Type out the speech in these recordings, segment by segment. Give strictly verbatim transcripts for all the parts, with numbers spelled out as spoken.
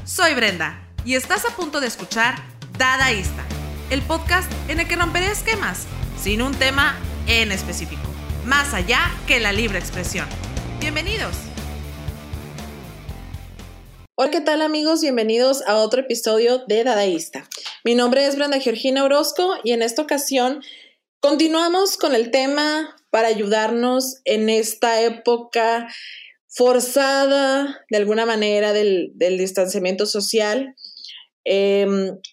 Soy Brenda y estás a punto de escuchar Dadaísta, el podcast en el que romperé esquemas sin un tema en específico, más allá que la libre expresión. Bienvenidos. Hola, ¿qué tal amigos? Bienvenidos a otro episodio de Dadaísta. Mi nombre es Brenda Georgina Orozco y en esta ocasión continuamos con el tema para ayudarnos en esta época forzada de alguna manera del, del distanciamiento social eh,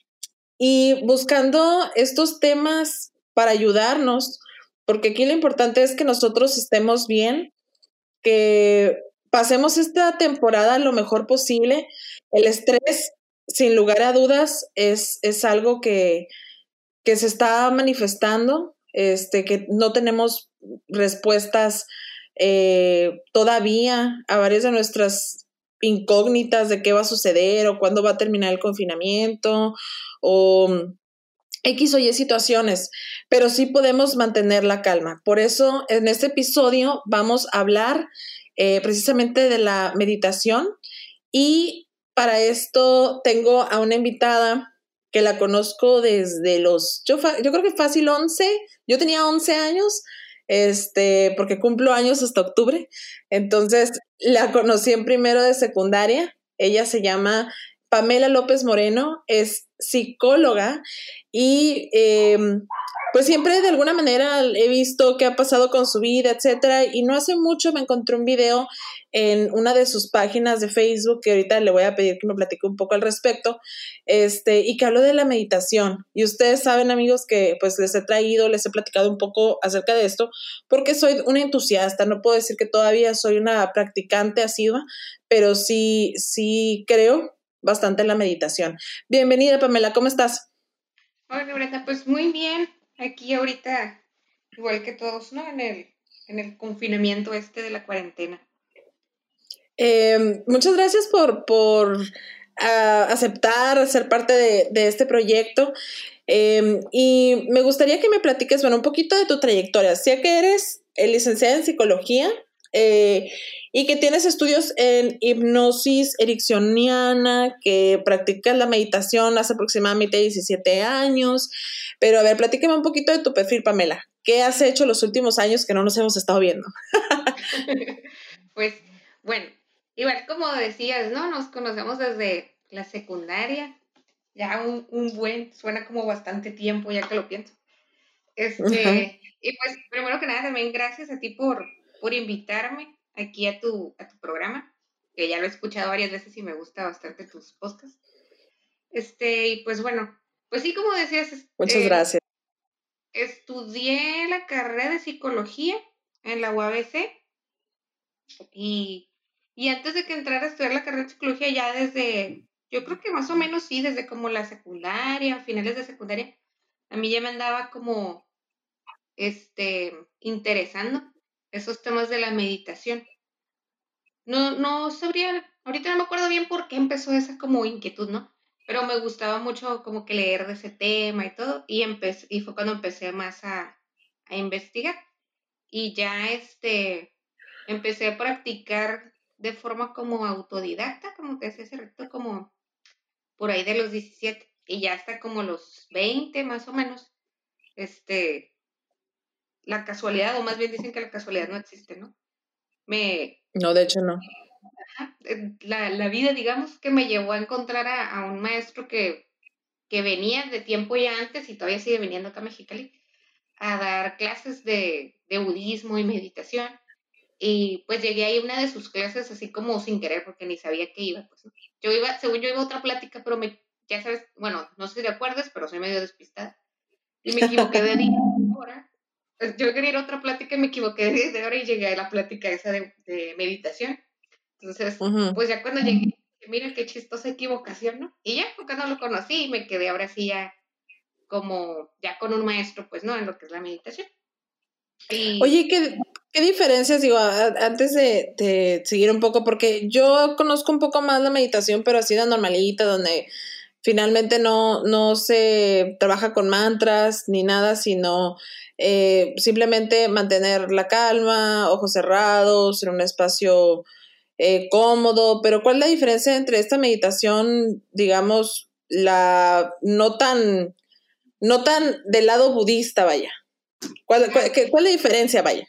y buscando estos temas para ayudarnos, porque aquí lo importante es que nosotros estemos bien, que pasemos esta temporada lo mejor posible. El estrés, sin lugar a dudas, es, es algo que, que se está manifestando, este, que no tenemos respuestas eh, todavía a varias de nuestras incógnitas de qué va a suceder o cuándo va a terminar el confinamiento o X o Y situaciones, pero sí podemos mantener la calma. Por eso en este episodio vamos a hablar eh, precisamente de la meditación y para esto tengo a una invitada que la conozco desde los, yo, yo creo que fácil once, yo tenía once años, este, porque cumplo años hasta octubre, entonces la conocí en primero de secundaria. Ella se llama Pamela López Moreno, es psicóloga y eh, pues siempre de alguna manera he visto qué ha pasado con su vida, etcétera, y no hace mucho me encontré un video en una de sus páginas de Facebook que ahorita le voy a pedir que me platique un poco al respecto, este, y que habló de la meditación. Y ustedes saben, amigos, que pues les he traído, les he platicado un poco acerca de esto, porque soy una entusiasta, no puedo decir que todavía soy una practicante asidua, pero sí, sí creo bastante en la meditación. Bienvenida, Pamela, ¿cómo estás? Hola, Brenda, pues muy bien, aquí ahorita, igual que todos, ¿no? En el, en el confinamiento este de la cuarentena. Eh, muchas gracias por, por uh, aceptar ser parte de, de este proyecto. Eh, y me gustaría que me platiques, bueno, un poquito de tu trayectoria. Sé que eres licenciada en psicología eh, y que tienes estudios en hipnosis ericksoniana, que practicas la meditación hace aproximadamente diecisiete años. Pero a ver, platícame un poquito de tu perfil, Pamela. ¿Qué has hecho los últimos años que no nos hemos estado viendo? Pues, bueno, igual como decías, ¿no? Nos conocemos desde la secundaria. Ya un, un buen, suena como bastante tiempo, ya que lo pienso. Este, uh-huh. Y pues, primero que nada, también gracias a ti por, por invitarme aquí a tu, a tu programa, que ya lo he escuchado varias veces y me gusta bastante tus podcasts. Este, y pues bueno, pues sí, como decías. Muchas eh, gracias. Estudié la carrera de psicología en la U A B C y, y antes de que entrara a estudiar la carrera de psicología, ya desde, yo creo que más o menos sí, desde como la secundaria, finales de secundaria, a mí ya me andaba como, este, interesando esos temas de la meditación. No, no sabría, ahorita no me acuerdo bien por qué empezó esa como inquietud, ¿no? Pero me gustaba mucho como que leer de ese tema y todo, y, empecé, y fue cuando empecé más a, a investigar. Y ya este, empecé a practicar de forma como autodidacta, como te decía hace rato, como por ahí de los diecisiete, y ya hasta como los veinte más o menos, este, la casualidad, o más bien dicen que la casualidad no existe, ¿no? Me... No, de hecho no. La, la vida, digamos, que me llevó a encontrar a, a un maestro que, que venía de tiempo ya antes y todavía sigue viniendo acá a Mexicali a dar clases de, de budismo y meditación. Y pues llegué ahí a una de sus clases así como sin querer porque ni sabía que iba. Pues, ¿no? Yo iba, según yo iba a otra plática, pero me, ya sabes, bueno, no sé si te acuerdas, pero soy medio despistada. Y me equivoqué de día hora. Pues yo quería ir a otra plática y me equivoqué de, de hora y llegué a la plática esa de, de meditación. Entonces, uh-huh. Pues ya cuando llegué, mira qué chistosa equivocación, ¿no? Y ya, porque no lo conocí y me quedé ahora sí ya como, ya con un maestro, pues, ¿no? En lo que es la meditación. Y... Oye, ¿qué, qué diferencias, digo, a, antes de, de seguir un poco, porque yo conozco un poco más la meditación, pero así de normalita, donde finalmente no, no se trabaja con mantras ni nada, sino eh, simplemente mantener la calma, ojos cerrados, en un espacio eh, cómodo, pero ¿cuál es la diferencia entre esta meditación, digamos, la no tan, no tan del lado budista, vaya? ¿Cuál, cuál, qué, cuál es la diferencia, vaya?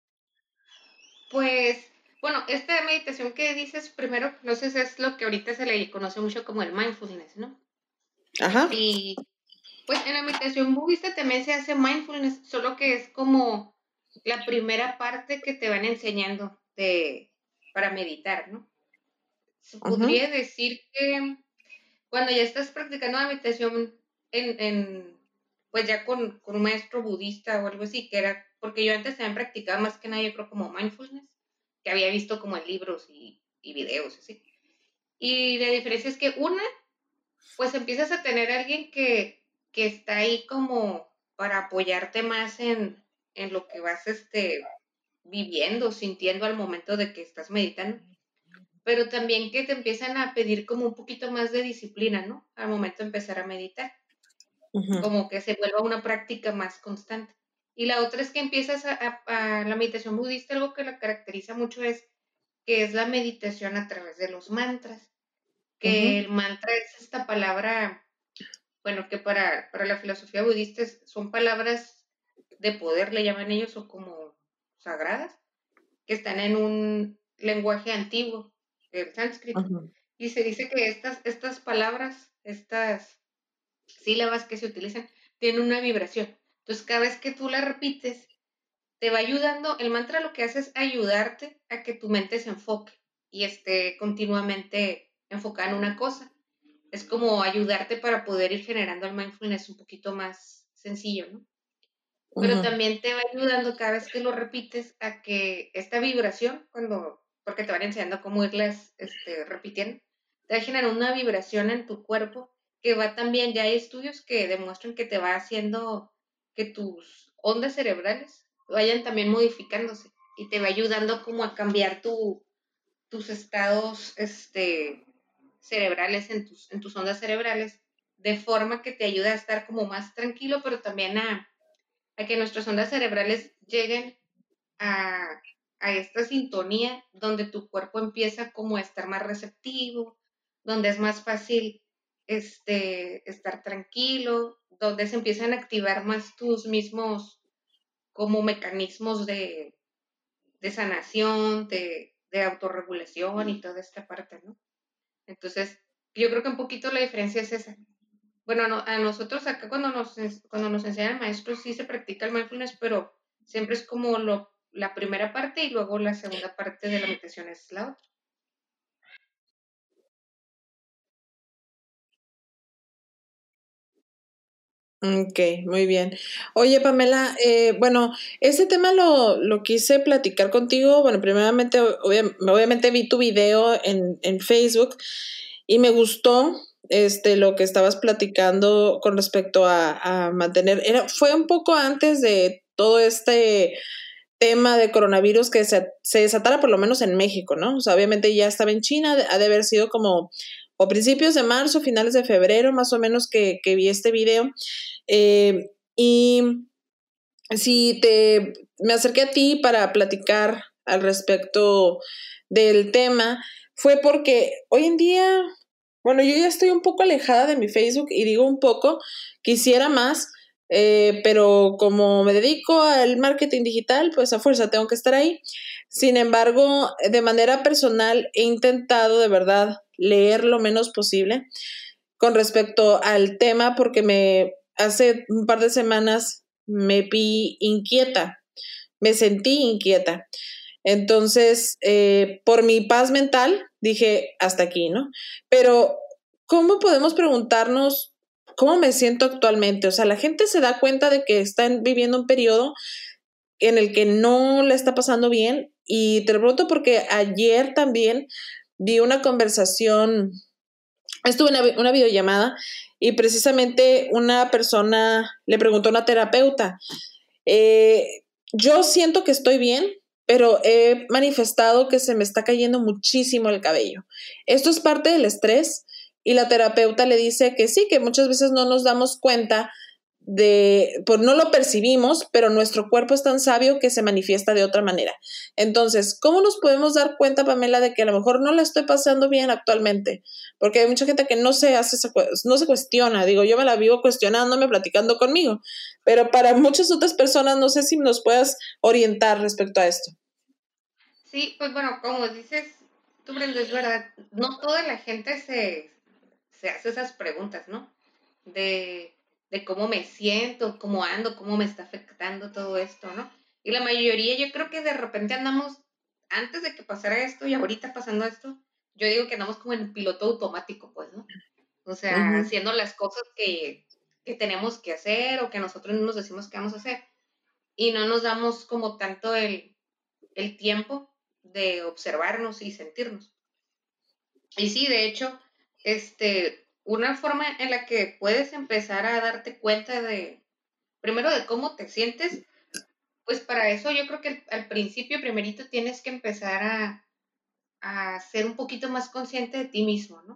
Pues, bueno, esta meditación que dices primero, no sé si es lo que ahorita se le conoce mucho como el mindfulness, ¿no? Ajá. Y pues en la meditación budista también se hace mindfulness, solo que es como la primera parte que te van enseñando de, para meditar, ¿no? Se podría Uh-huh. decir que cuando ya estás practicando la meditación en, en pues ya con, con un maestro budista o algo así, que era, porque yo antes también practicaba más que nada, yo creo, como mindfulness, que había visto como en libros y, y videos, así. Y la diferencia es que una, pues empiezas a tener a alguien que, que está ahí como para apoyarte más en, en lo que vas este, viviendo, sintiendo al momento de que estás meditando, pero también que te empiezan a pedir como un poquito más de disciplina, ¿no? Al momento de empezar a meditar, Uh-huh. como que se vuelva una práctica más constante. Y la otra es que empiezas a, a, a la meditación budista, algo que la caracteriza mucho es que es la meditación a través de los mantras, que Uh-huh. el mantra es esta palabra, bueno, que para, para la filosofía budista son palabras de poder, le llaman ellos, o como sagradas, que están en un lenguaje antiguo, el sánscrito. Uh-huh. Y se dice que estas, estas palabras, estas sílabas que se utilizan, tienen una vibración. Entonces, cada vez que tú la repites, te va ayudando, el mantra lo que hace es ayudarte a que tu mente se enfoque y esté continuamente enfocada en una cosa. Es como ayudarte para poder ir generando el mindfulness un poquito más sencillo, ¿no? Pero Uh-huh. también te va ayudando cada vez que lo repites a que esta vibración, cuando, porque te van enseñando cómo irlas este, repitiendo, te va a generar una vibración en tu cuerpo que va también, ya hay estudios que demuestran que te va haciendo que tus ondas cerebrales vayan también modificándose y te va ayudando como a cambiar tu, tus estados este, cerebrales en tus, en tus ondas cerebrales, de forma que te ayuda a estar como más tranquilo, pero también a a que nuestras ondas cerebrales lleguen a, a esta sintonía donde tu cuerpo empieza como a estar más receptivo, donde es más fácil este, estar tranquilo, donde se empiezan a activar más tus mismos como mecanismos de, de sanación, de, de autorregulación y toda esta parte, ¿no? Entonces, yo creo que un poquito la diferencia es esa. Bueno, no, a nosotros acá cuando nos, cuando nos enseñan maestros sí se practica el mindfulness, pero siempre es como lo, la primera parte y luego la segunda parte de la meditación es la otra. Ok, muy bien. Oye, Pamela, eh, bueno, este tema lo, lo quise platicar contigo. Bueno, primeramente, obvia- obviamente vi tu video en, en Facebook y me gustó este, lo que estabas platicando con respecto a, a mantener. Era, fue un poco antes de todo este tema de coronavirus que se, se desatara, por lo menos en México, ¿no? O sea, obviamente ya estaba en China, ha de haber sido como o principios de marzo, finales de febrero, más o menos que, que vi este video. Eh, y si te me acerqué a ti para platicar al respecto del tema, fue porque hoy en día, bueno, yo ya estoy un poco alejada de mi Facebook y digo un poco, quisiera más, eh, pero como me dedico al marketing digital, pues a fuerza tengo que estar ahí. Sin embargo, de manera personal he intentado de verdad leer lo menos posible con respecto al tema porque me hace un par de semanas me vi inquieta, me sentí inquieta. Entonces, eh, por mi paz mental, dije hasta aquí, ¿no? Pero, ¿cómo podemos preguntarnos cómo me siento actualmente? O sea, la gente se da cuenta de que están viviendo un periodo en el que no le está pasando bien y te lo pregunto porque ayer también vi una conversación, estuve en una, una videollamada y precisamente una persona le preguntó a una terapeuta, eh, yo siento que estoy bien, pero he manifestado que se me está cayendo muchísimo el cabello. Esto es parte del estrés y la terapeuta le dice que sí, que muchas veces no nos damos cuenta de, pues no lo percibimos, pero nuestro cuerpo es tan sabio que se manifiesta de otra manera. Entonces, ¿cómo nos podemos dar cuenta, Pamela, de que a lo mejor no la estoy pasando bien actualmente? Porque hay mucha gente que no se hace, esa, no se cuestiona. Digo, yo me la vivo cuestionándome, platicando conmigo, pero para muchas otras personas no sé si nos puedas orientar respecto a esto. Sí, pues bueno, como dices tú, Brenda, es verdad, no toda la gente se, se hace esas preguntas, ¿no? De, de cómo me siento, cómo ando, cómo me está afectando todo esto, ¿no? Y la mayoría, yo creo que de repente andamos, antes de que pasara esto y ahorita pasando esto, yo digo que andamos como en piloto automático, pues, ¿no? O sea, Uh-huh. haciendo las cosas que, que tenemos que hacer o que nosotros mismos decimos que vamos a hacer. Y no nos damos como tanto el, el tiempo de observarnos y sentirnos. Y sí, de hecho, este, una forma en la que puedes empezar a darte cuenta de, primero de cómo te sientes, pues para eso yo creo que al, al principio, primerito, tienes que empezar a, a ser un poquito más consciente de ti mismo, ¿no?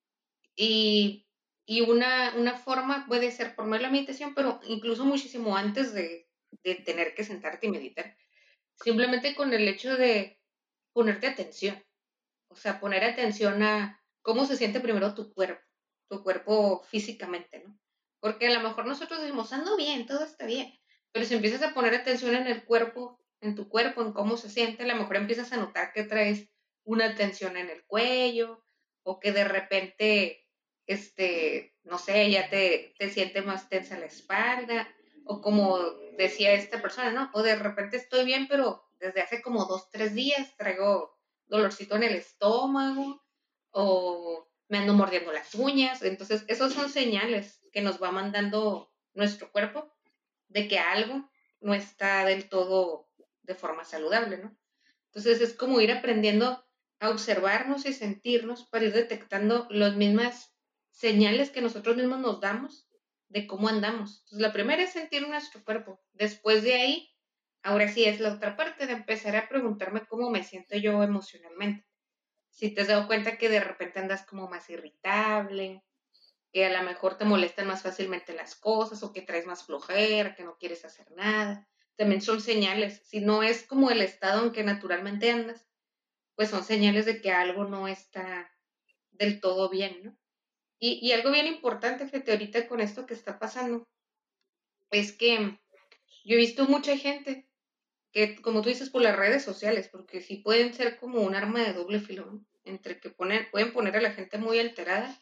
Y, y una, una forma puede ser por medio de la meditación, pero incluso muchísimo antes de, de tener que sentarte y meditar. Simplemente con el hecho de ponerte atención. O sea, poner atención a cómo se siente primero tu cuerpo, tu cuerpo físicamente, ¿no? Porque a lo mejor nosotros decimos, ando bien, todo está bien, pero si empiezas a poner atención en el cuerpo, en tu cuerpo, en cómo se siente, a lo mejor empiezas a notar que traes una tensión en el cuello o que de repente, este, no sé, ya te, te siente más tensa la espalda o como decía esta persona, ¿no? O de repente estoy bien, pero desde hace como dos, tres días traigo dolorcito en el estómago o me ando mordiendo las uñas. Entonces, esos son señales que nos va mandando nuestro cuerpo de que algo no está del todo de forma saludable, ¿no? Entonces, es como ir aprendiendo a observarnos y sentirnos para ir detectando las mismas señales que nosotros mismos nos damos de cómo andamos. Entonces, la primera es sentir nuestro cuerpo. Después de ahí, ahora sí es la otra parte de empezar a preguntarme cómo me siento yo emocionalmente. Si te has dado cuenta que de repente andas como más irritable, que a lo mejor te molestan más fácilmente las cosas o que traes más flojera, que no quieres hacer nada. También son señales. Si no es como el estado en que naturalmente andas, pues son señales de que algo no está del todo bien, ¿no? Y, y algo bien importante, fíjate, ahorita con esto que está pasando, es que yo he visto mucha gente que, como tú dices, por las redes sociales, porque sí pueden ser como un arma de doble filo, ¿no? Entre que ponen, pueden poner a la gente muy alterada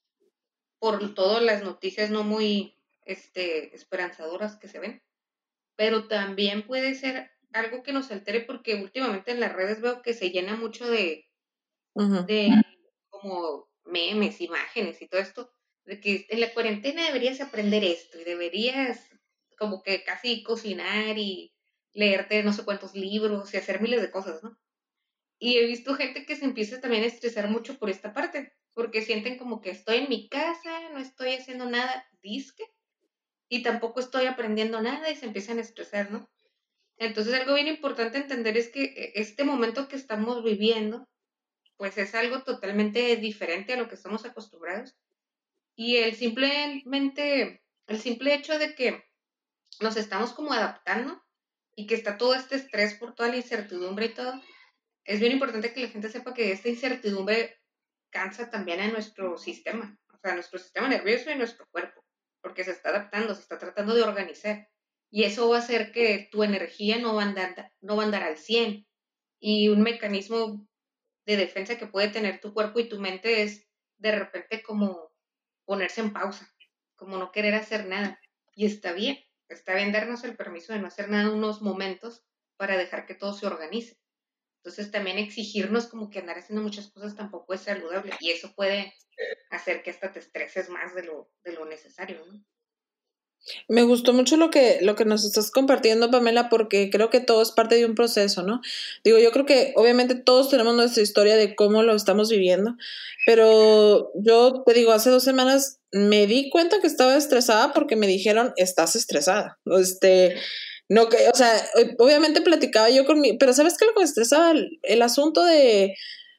por todas las noticias no muy este, esperanzadoras que se ven, pero también puede ser algo que nos altere porque últimamente en las redes veo que se llena mucho de, uh-huh. de como memes, imágenes y todo esto, de que en la cuarentena deberías aprender esto y deberías como que casi cocinar y leerte no sé cuántos libros y hacer miles de cosas, ¿no? Y he visto gente que se empieza también a estresar mucho por esta parte, porque sienten como que estoy en mi casa, no estoy haciendo nada, disque, y tampoco estoy aprendiendo nada y se empiezan a estresar, ¿no? Entonces algo bien importante entender es que este momento que estamos viviendo, pues es algo totalmente diferente a lo que estamos acostumbrados. Y el simplemente, el simple hecho de que nos estamos como adaptando y que está todo este estrés por toda la incertidumbre y todo, es bien importante que la gente sepa que esta incertidumbre cansa también a nuestro sistema, o sea, a nuestro sistema nervioso y nuestro cuerpo, porque se está adaptando, se está tratando de organizar. Y eso va a hacer que tu energía no va a andar, no va a andar al cien. Y un mecanismo de defensa que puede tener tu cuerpo y tu mente es de repente como ponerse en pausa, como no querer hacer nada. Y está bien, está bien darnos el permiso de no hacer nada unos momentos para dejar que todo se organice. Entonces también exigirnos como que andar haciendo muchas cosas tampoco es saludable y eso puede hacer que hasta te estreses más de lo, de lo necesario, ¿no? Me gustó mucho lo que, lo que nos estás compartiendo, Pamela, porque creo que todo es parte de un proceso, ¿no? Digo, yo creo que obviamente todos tenemos nuestra historia de cómo lo estamos viviendo, pero yo te digo, hace dos semanas me di cuenta que estaba estresada porque me dijeron, estás estresada. Este, no que, o sea, obviamente platicaba yo con mi, pero ¿sabes qué? Lo que me estresaba? El, el asunto de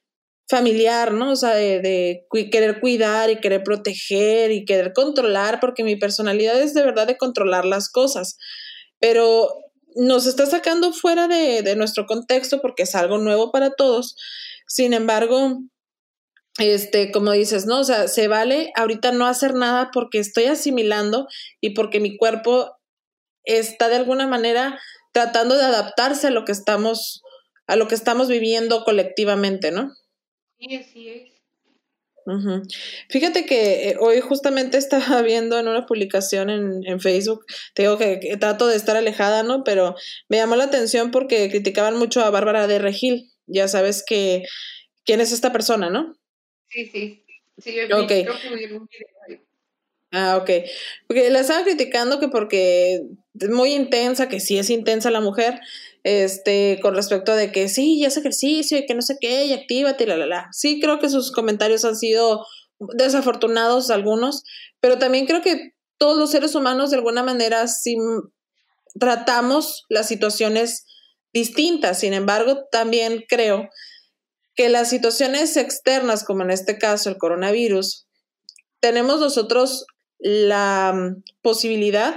familiar, ¿no? O sea, de, de cu- querer cuidar y querer proteger y querer controlar, porque mi personalidad es de verdad de controlar las cosas, pero nos está sacando fuera de, de nuestro contexto porque es algo nuevo para todos. Sin embargo, este, como dices, ¿no? O sea, se vale ahorita no hacer nada porque estoy asimilando y porque mi cuerpo está de alguna manera tratando de adaptarse a lo que estamos, a lo que estamos viviendo colectivamente, ¿no? Sí, así es. Ujú. Fíjate que eh, hoy justamente estaba viendo en una publicación en, en Facebook, te digo que, que trato de estar alejada, ¿no? Pero me llamó la atención porque criticaban mucho a Bárbara de Regil. Ya sabes que quién es esta persona, ¿no? Sí, sí. Sí, yo Ok. vi, creo que vi un video ahí. Ah, ok. Porque la estaba criticando que porque es muy intensa, que sí es intensa la mujer, este, con respecto de que sí, ya hace ejercicio y que no sé qué, y actívate y la, la, la. Sí, creo que sus comentarios han sido desafortunados algunos, pero también creo que todos los seres humanos de alguna manera sí tratamos las situaciones distintas. Sin embargo, también creo que las situaciones externas, como en este caso el coronavirus, tenemos nosotros la mm, posibilidad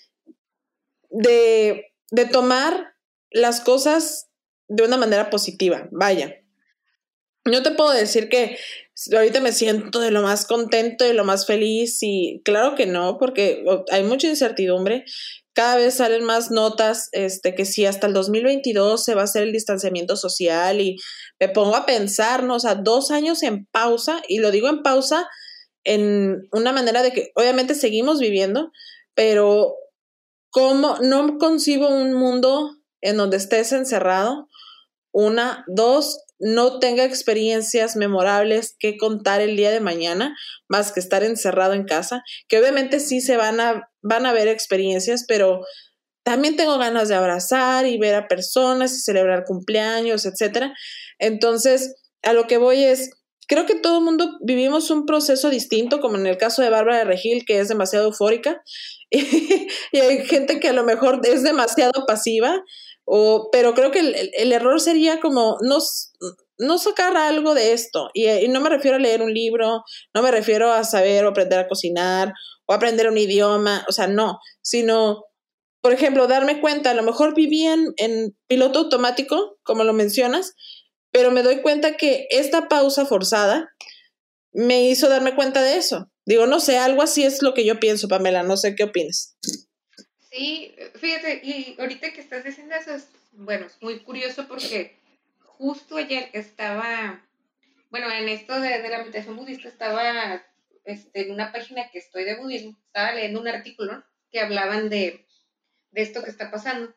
de, de tomar las cosas de una manera positiva. Vaya, yo te puedo decir que ahorita me siento de lo más contento, de lo más feliz y claro que no, porque hay mucha incertidumbre. Cada vez salen más notas, este, que si hasta el dos mil veintidós se va a hacer el distanciamiento social y me pongo a pensar, ¿no? O sea, dos años en pausa, y lo digo en pausa en una manera de que obviamente seguimos viviendo, pero ¿cómo? No concibo un mundo en donde estés encerrado. Una, dos, no tenga experiencias memorables que contar el día de mañana, más que estar encerrado en casa, que obviamente sí se van a, van a ver experiencias, pero también tengo ganas de abrazar y ver a personas y celebrar cumpleaños, etcétera. Entonces, a lo que voy es, creo que todo el mundo vivimos un proceso distinto, como en el caso de Bárbara de Regil, que es demasiado eufórica, y, y hay gente que a lo mejor es demasiado pasiva, o, pero creo que el, el, el error sería como no, no sacar algo de esto, y, y no me refiero a leer un libro, no me refiero a saber o aprender a cocinar, o aprender un idioma, o sea, no, sino por ejemplo, darme cuenta, a lo mejor viví en, en piloto automático, como lo mencionas, pero me doy cuenta que esta pausa forzada me hizo darme cuenta de eso. Digo, no sé, algo así es lo que yo pienso, Pamela, no sé qué opinas. Sí, fíjate, y ahorita que estás diciendo eso, es, bueno, es muy curioso porque justo ayer estaba, bueno, en esto de, de la meditación budista estaba este, en una página que estoy de budismo, estaba leyendo un artículo que hablaban de, de esto que está pasando.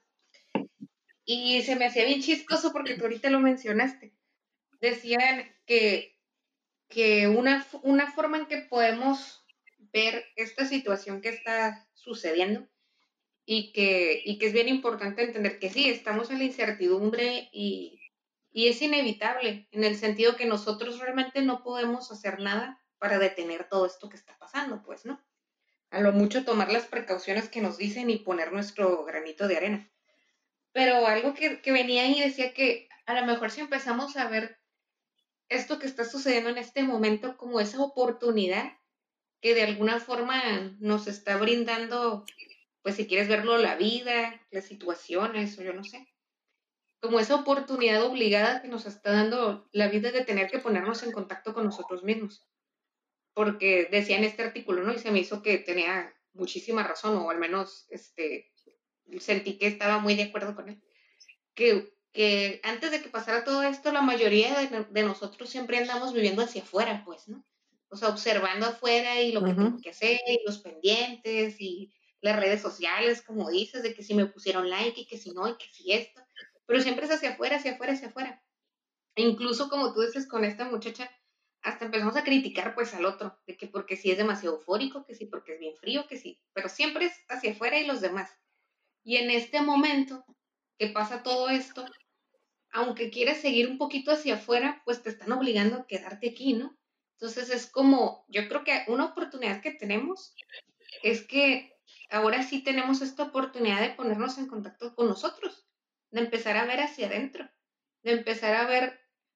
Y se me hacía bien chistoso porque tú ahorita lo mencionaste. Decían que, que una, una forma en que podemos ver esta situación que está sucediendo y que, y que es bien importante entender que sí, estamos en la incertidumbre y, y es inevitable en el sentido que nosotros realmente no podemos hacer nada para detener todo esto que está pasando, pues, ¿no? A lo mucho tomar las precauciones que nos dicen y poner nuestro granito de arena. Pero algo que, que venía y decía que a lo mejor si empezamos a ver esto que está sucediendo en este momento como esa oportunidad que de alguna forma nos está brindando, pues si quieres verlo, la vida, las situaciones, o yo no sé, como esa oportunidad obligada que nos está dando la vida de tener que ponernos en contacto con nosotros mismos. Porque decía en este artículo, ¿no? Y se me hizo que tenía muchísima razón, o al menos este, sentí que estaba muy de acuerdo con él. Que, que antes de que pasara todo esto, la mayoría de, de nosotros siempre andamos viviendo hacia afuera, pues, ¿no? O sea, observando afuera y lo que tengo Uh-huh. que hacer, y los pendientes, y las redes sociales, como dices, de que si me pusieron like y que si no, y que si esto. Pero siempre es hacia afuera, hacia afuera, hacia afuera. E incluso, como tú dices con esta muchacha, hasta empezamos a criticar pues al otro, de que porque si es demasiado eufórico, que sí porque es bien frío, que sí, pero siempre es hacia afuera y los demás. Y en este momento que pasa todo esto, aunque quieres seguir un poquito hacia afuera, pues te están obligando a quedarte aquí, ¿no? Entonces es como, yo creo que una oportunidad que tenemos es que ahora sí tenemos esta oportunidad de ponernos en contacto con nosotros, de empezar a ver hacia adentro, de empezar a ver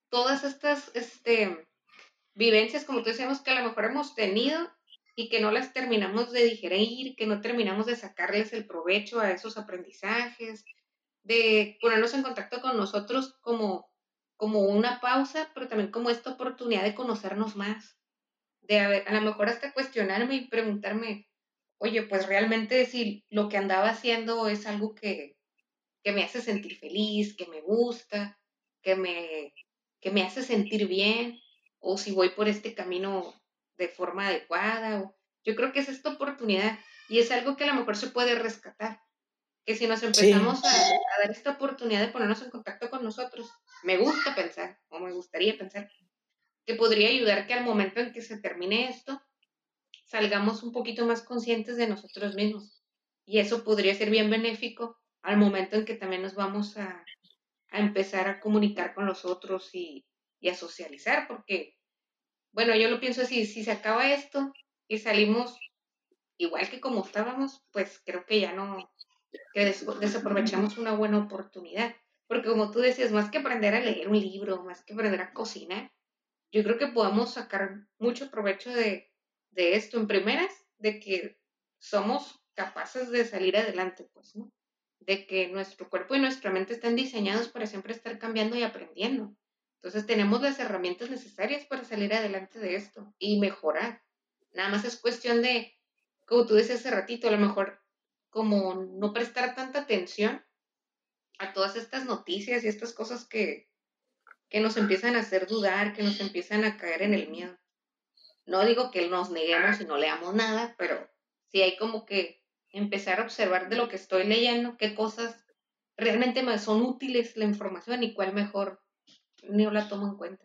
todas estas este, vivencias, como tú decíamos, que a lo mejor hemos tenido y que no las terminamos de digerir, que no terminamos de sacarles el provecho a esos aprendizajes, de ponernos en contacto con nosotros como, como una pausa, pero también como esta oportunidad de conocernos más, de a, ver, a lo mejor hasta cuestionarme y preguntarme, oye, pues realmente si lo que andaba haciendo es algo que, que me hace sentir feliz, que me gusta, que me, que me hace sentir bien, o si voy por este camino de forma adecuada. O, yo creo que es esta oportunidad y es algo que a lo mejor se puede rescatar, que si nos Sí. empezamos a, a dar esta oportunidad de ponernos en contacto con nosotros, me gusta pensar, o me gustaría pensar, que podría ayudar que al momento en que se termine esto, salgamos un poquito más conscientes de nosotros mismos. Y eso podría ser bien benéfico al momento en que también nos vamos a, a empezar a comunicar con los otros y, y a socializar, porque, bueno, yo lo pienso así, si se acaba esto y salimos igual que como estábamos, pues creo que ya no, que des desaprovechamos una buena oportunidad. Porque como tú decías, más que aprender a leer un libro, más que aprender a cocinar, yo creo que podamos sacar mucho provecho de, de esto. En primeras, de que somos capaces de salir adelante, pues, ¿no? De que nuestro cuerpo y nuestra mente están diseñados para siempre estar cambiando y aprendiendo. Entonces tenemos las herramientas necesarias para salir adelante de esto y mejorar. Nada más es cuestión de, como tú decías hace ratito, a lo mejor como no prestar tanta atención a todas estas noticias y estas cosas que, que nos empiezan a hacer dudar, que nos empiezan a caer en el miedo. No digo que nos neguemos y no leamos nada, pero sí hay como que empezar a observar de lo que estoy leyendo, qué cosas realmente me son útiles la información y cuál mejor no la tomo en cuenta.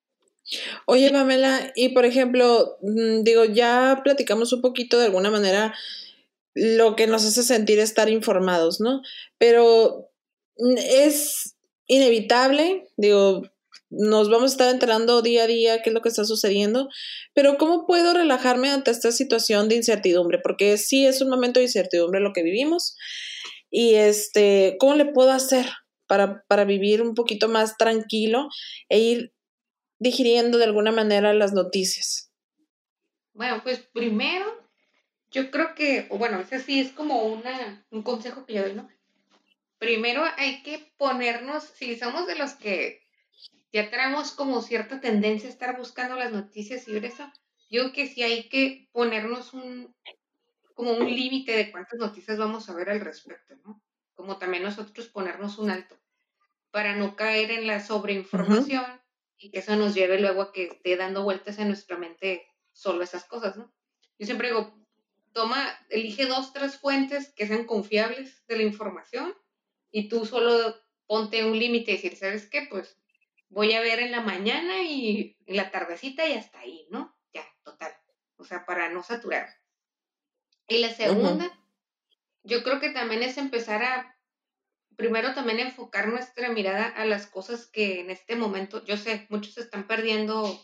Oye, Pamela, y por ejemplo, digo, ya platicamos un poquito de alguna manera lo que nos hace sentir estar informados, ¿no? Pero es inevitable, digo, nos vamos a estar enterando día a día qué es lo que está sucediendo, pero ¿cómo puedo relajarme ante esta situación de incertidumbre? Porque sí es un momento de incertidumbre lo que vivimos y este, ¿cómo le puedo hacer para, para vivir un poquito más tranquilo e ir digiriendo de alguna manera las noticias? Bueno, pues primero, yo creo que, o bueno, ese sí es como una, un consejo que yo doy, ¿no? Primero hay que ponernos, si somos de los que ya tenemos como cierta tendencia a estar buscando las noticias y ver eso, yo creo que sí hay que ponernos un, como un límite de cuántas noticias vamos a ver al respecto, ¿no? Como también nosotros ponernos un alto, para no caer en la sobreinformación uh-huh. y que eso nos lleve luego a que esté dando vueltas en nuestra mente solo esas cosas, ¿no? Yo siempre digo, toma, elige dos, tres fuentes que sean confiables de la información y tú solo ponte un límite y decir, ¿sabes qué? Pues voy a ver en la mañana y en la tardecita y hasta ahí, ¿no? Ya, total. O sea, para no saturar. Y la segunda, uh-huh. yo creo que también es empezar a, primero también enfocar nuestra mirada a las cosas que en este momento, yo sé, muchos están perdiendo,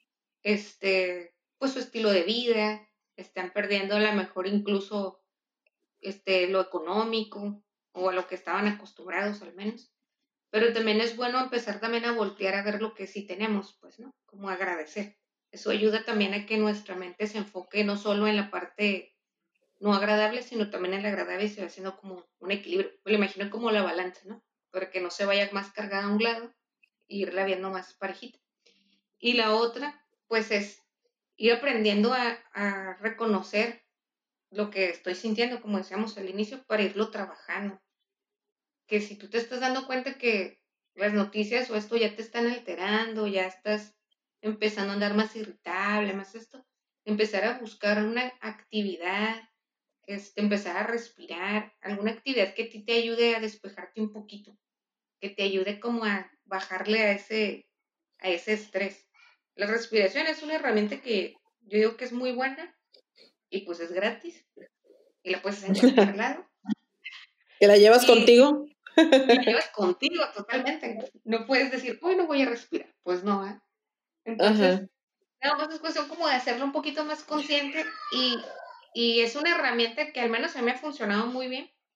este, pues su estilo de vida, están perdiendo a lo mejor incluso, este, lo económico o a lo que estaban acostumbrados al menos. Pero también es bueno empezar también a voltear a ver lo que sí tenemos, pues, ¿no? Como agradecer. Eso ayuda también a que nuestra mente se enfoque no solo en la parte no agradable, sino también en la agradable y se va haciendo como un equilibrio. Me lo imagino como la balanza, ¿no? Para que no se vaya más cargada a un lado e irla viendo más parejita. Y la otra, pues, es ir aprendiendo a, a reconocer lo que estoy sintiendo, como decíamos al inicio, para irlo trabajando. Que si tú te estás dando cuenta que las noticias o esto ya te están alterando, ya estás empezando a andar más irritable, más esto, empezar a buscar una actividad, este, empezar a respirar, alguna actividad que a ti te ayude a despejarte un poquito, que te ayude como a bajarle a ese, a ese estrés. La respiración es una herramienta que yo digo que es muy buena y pues es gratis y la puedes hacer en cualquier lado. ¿Que la llevas y, contigo? Y la llevas contigo totalmente. No puedes decir, hoy no voy a respirar. Pues no, ¿eh? Entonces, nada más es cuestión como de hacerlo un poquito más consciente y, y es una herramienta que al menos a mí me ha funcionado muy bien.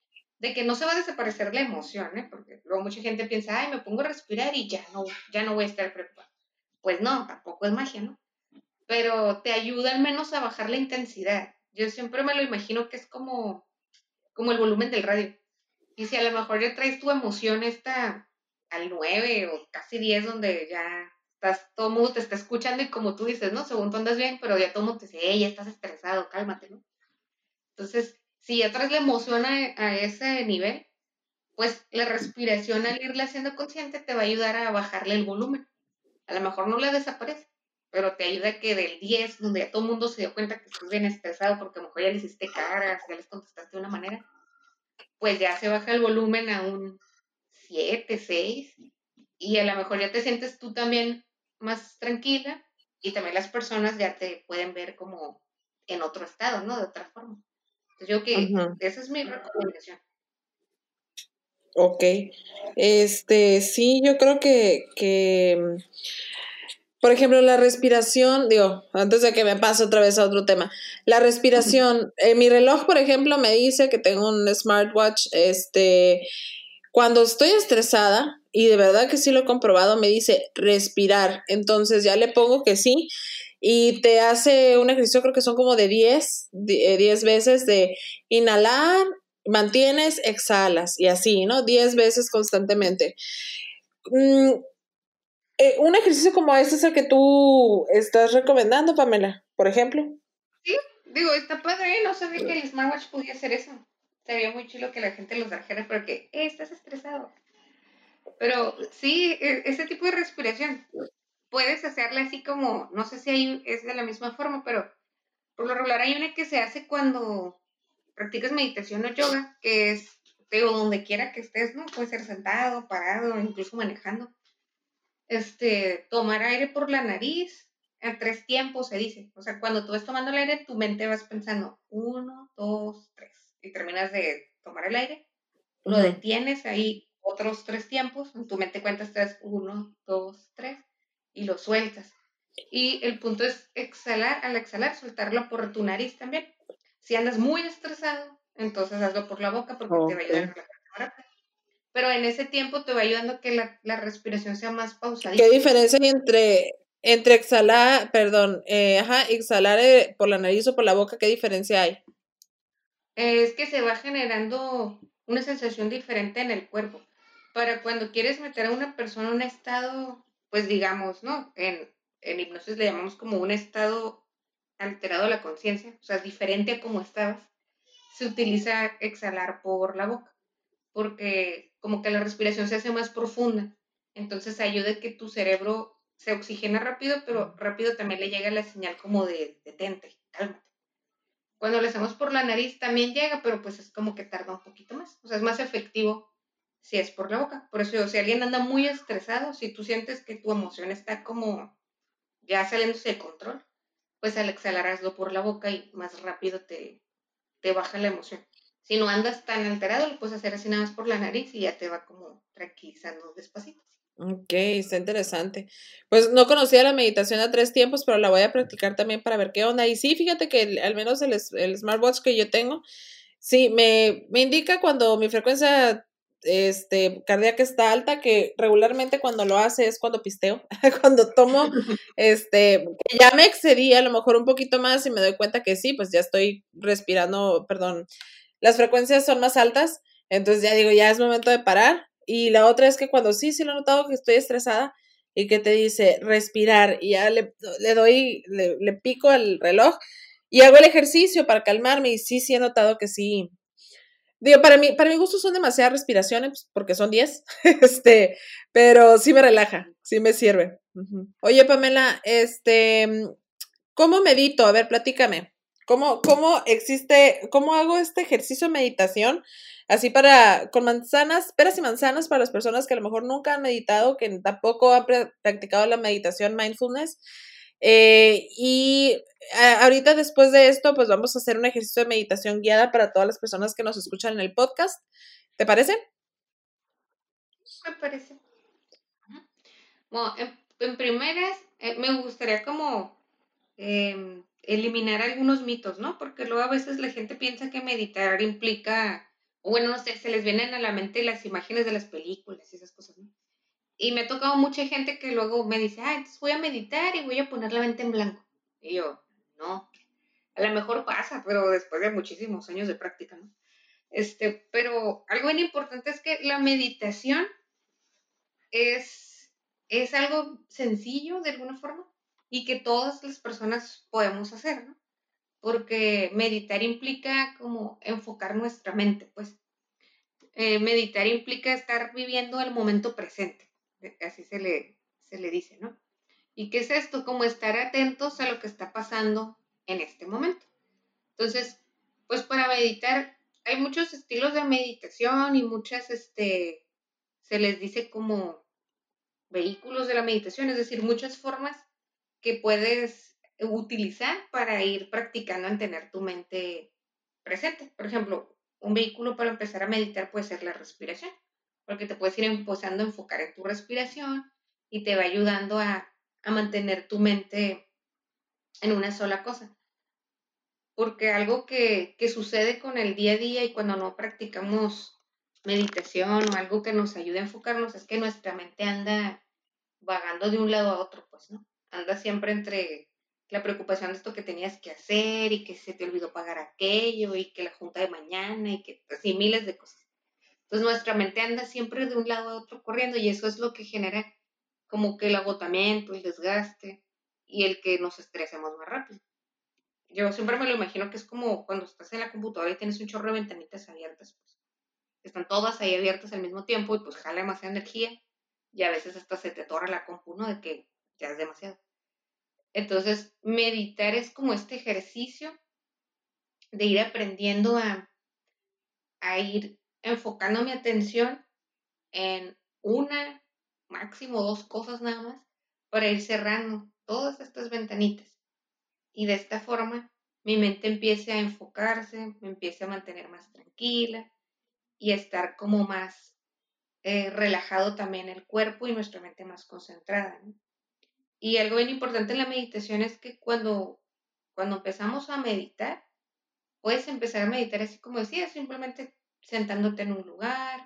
de que no se va a desaparecer la emoción, ¿eh? Porque luego mucha gente piensa, ay, me pongo a respirar y ya no, ya no voy a estar preocupada. Pues no, tampoco es magia, ¿no? Pero te ayuda al menos a bajar la intensidad. Yo siempre me lo imagino que es como, como el volumen del radio. Y si a lo mejor ya traes tu emoción esta al nueve o casi diez, donde ya estás, todo el mundo te está escuchando y como tú dices, ¿no? Según tú andas bien, pero ya todo el mundo te dice, hey, ya estás estresado, cálmate, ¿no? Entonces, si ya traes la emoción a, a ese nivel, pues la respiración al irla haciendo consciente te va a ayudar a bajarle el volumen. A lo mejor no la desaparece, pero te ayuda a que del diez, donde ya todo el mundo se dio cuenta que estás bien estresado porque a lo mejor ya le hiciste caras, ya les contestaste de una manera, pues ya se baja el volumen a un siete, seis, y a lo mejor ya te sientes tú también más tranquila y también las personas ya te pueden ver como en otro estado, ¿no? De otra forma. Entonces yo que Ujú. esa es mi recomendación. Ok. Este, sí, yo creo que, que, por ejemplo, la respiración, digo, antes de que me pase otra vez a otro tema, la respiración, eh, mi reloj, por ejemplo, me dice que tengo un smartwatch, este, cuando estoy estresada, y de verdad que sí lo he comprobado, me dice respirar, entonces ya le pongo que sí, y te hace un ejercicio, creo que son como de diez, diez veces de inhalar, mantienes, exhalas, y así, ¿no? diez veces constantemente. Mm, eh, un ejercicio como ese es el que tú estás recomendando, Pamela, por ejemplo. Sí, digo, está padre, no sabía que el smartwatch podía hacer eso. Sería muy chulo que la gente los trajera porque eh, estás estresado. Pero sí, e- ese tipo de respiración puedes hacerla así como, no sé si hay, es de la misma forma, pero por lo regular hay una que se hace cuando practicas meditación o yoga, que es, te digo, donde quiera que estés, ¿no? Puede ser sentado, parado, incluso manejando. Este, tomar aire por la nariz en tres tiempos se dice. O sea, cuando tú vas tomando el aire, tu mente vas pensando uno, dos, tres. Y terminas de tomar el aire, lo Uh-huh. detienes ahí otros tres tiempos, en tu mente cuentas tres, uno, dos, tres, y lo sueltas. Y el punto es exhalar, al exhalar, soltarlo por tu nariz también. Si andas muy estresado, entonces hazlo por la boca porque te va a ayudar a Okay. relajarte más rápido. Pero en ese tiempo te va ayudando a que la, la respiración sea más ¿Qué pausadita. diferencia hay entre, entre exhalar, perdón, eh, ajá, exhalar eh, por la nariz o por la boca? ¿Qué diferencia hay? Es que se va generando una sensación diferente en el cuerpo. Para cuando quieres meter a una persona en un estado, pues digamos, ¿no? En, en hipnosis le llamamos como un estado alterado de la conciencia, o sea, diferente a como estabas, se utiliza exhalar por la boca, porque como que la respiración se hace más profunda, entonces ayuda a que tu cerebro se oxigena rápido, pero rápido también le llega la señal como de detente, cálmate. Cuando lo hacemos por la nariz también llega, pero pues es como que tarda un poquito más. O sea, es más efectivo si es por la boca. Por eso, si alguien anda muy estresado, si tú sientes que tu emoción está como ya saliéndose de control, pues al exhalar hazlo por la boca y más rápido te, te baja la emoción. Si no andas tan alterado, lo puedes hacer así nada más por la nariz y ya te va como tranquilizando despacito. Ok, está interesante. Pues no conocía la meditación a tres tiempos, pero la voy a practicar también para ver qué onda. Y sí, fíjate que el- al menos el, es- el smartwatch que yo tengo, sí, me, me indica cuando mi frecuencia este, cardíaca está alta, que regularmente cuando lo hace es cuando pisteo, cuando tomo, este, que ya me excedí a lo mejor un poquito más y me doy cuenta que sí, pues ya estoy respirando, perdón, las frecuencias son más altas, entonces ya digo, ya es momento de parar. Y la otra es que cuando sí, sí lo he notado que estoy estresada y que te dice respirar y ya le, le doy, le, le pico al reloj y hago el ejercicio para calmarme y sí, sí he notado que sí. Digo, para mí, para mi gusto son demasiadas respiraciones pues, porque son diez, este, pero sí me relaja, sí me sirve. Uh-huh. Oye, Pamela, este, ¿cómo medito? A ver, platícame. ¿Cómo, cómo existe, cómo hago este ejercicio de meditación? Así para, con manzanas, peras y manzanas para las personas que a lo mejor nunca han meditado, que tampoco han practicado la meditación mindfulness. Eh, y a, ahorita después de esto, pues vamos a hacer un ejercicio de meditación guiada para todas las personas que nos escuchan en el podcast. ¿Te parece? Me parece. Bueno, en, en primeras, eh, me gustaría como eh, eliminar algunos mitos, ¿no? Porque luego a veces la gente piensa que meditar implica o bueno, no sé, se les vienen a la mente las imágenes de las películas y esas cosas, ¿no? Y me ha tocado mucha gente que luego me dice, ah, entonces voy a meditar y voy a poner la mente en blanco. Y yo, no, a lo mejor pasa, pero después de muchísimos años de práctica, ¿no? Este, pero algo bien importante es que la meditación es, es algo sencillo de alguna forma y que todas las personas podemos hacer, ¿no? Porque meditar implica como enfocar nuestra mente, pues. Eh, meditar implica estar viviendo el momento presente, así se le, se le dice, ¿no? ¿Y qué es esto? Como estar atentos a lo que está pasando en este momento. Entonces, pues para meditar, hay muchos estilos de meditación y muchas, este, se les dice como vehículos de la meditación, es decir, muchas formas que puedes utilizar para ir practicando en tener tu mente presente. Por ejemplo, un vehículo para empezar a meditar puede ser la respiración, porque te puedes ir empezando a enfocar en tu respiración y te va ayudando a, a mantener tu mente en una sola cosa. Porque algo que, que sucede con el día a día y cuando no practicamos meditación o algo que nos ayude a enfocarnos es que nuestra mente anda vagando de un lado a otro, pues, ¿no? Anda siempre entre la preocupación de esto que tenías que hacer y que se te olvidó pagar aquello y que la junta de mañana y que así miles de cosas. Entonces nuestra mente anda siempre de un lado a otro corriendo y eso es lo que genera como que el agotamiento, el desgaste y el que nos estresemos más rápido. Yo siempre me lo imagino que es como cuando estás en la computadora y tienes un chorro de ventanitas abiertas, pues. Están todas ahí abiertas al mismo tiempo y pues jala demasiada energía y a veces hasta se te atora la compu, ¿no? De que ya es demasiado. Entonces, meditar es como este ejercicio de ir aprendiendo a, a ir enfocando mi atención en una, máximo dos cosas nada más, para ir cerrando todas estas ventanitas. Y de esta forma, mi mente empiece a enfocarse, me empiece a mantener más tranquila y a estar como más eh, relajado también el cuerpo y nuestra mente más concentrada, ¿no? Y algo bien importante en la meditación es que cuando, cuando empezamos a meditar, puedes empezar a meditar así como decía, simplemente sentándote en un lugar,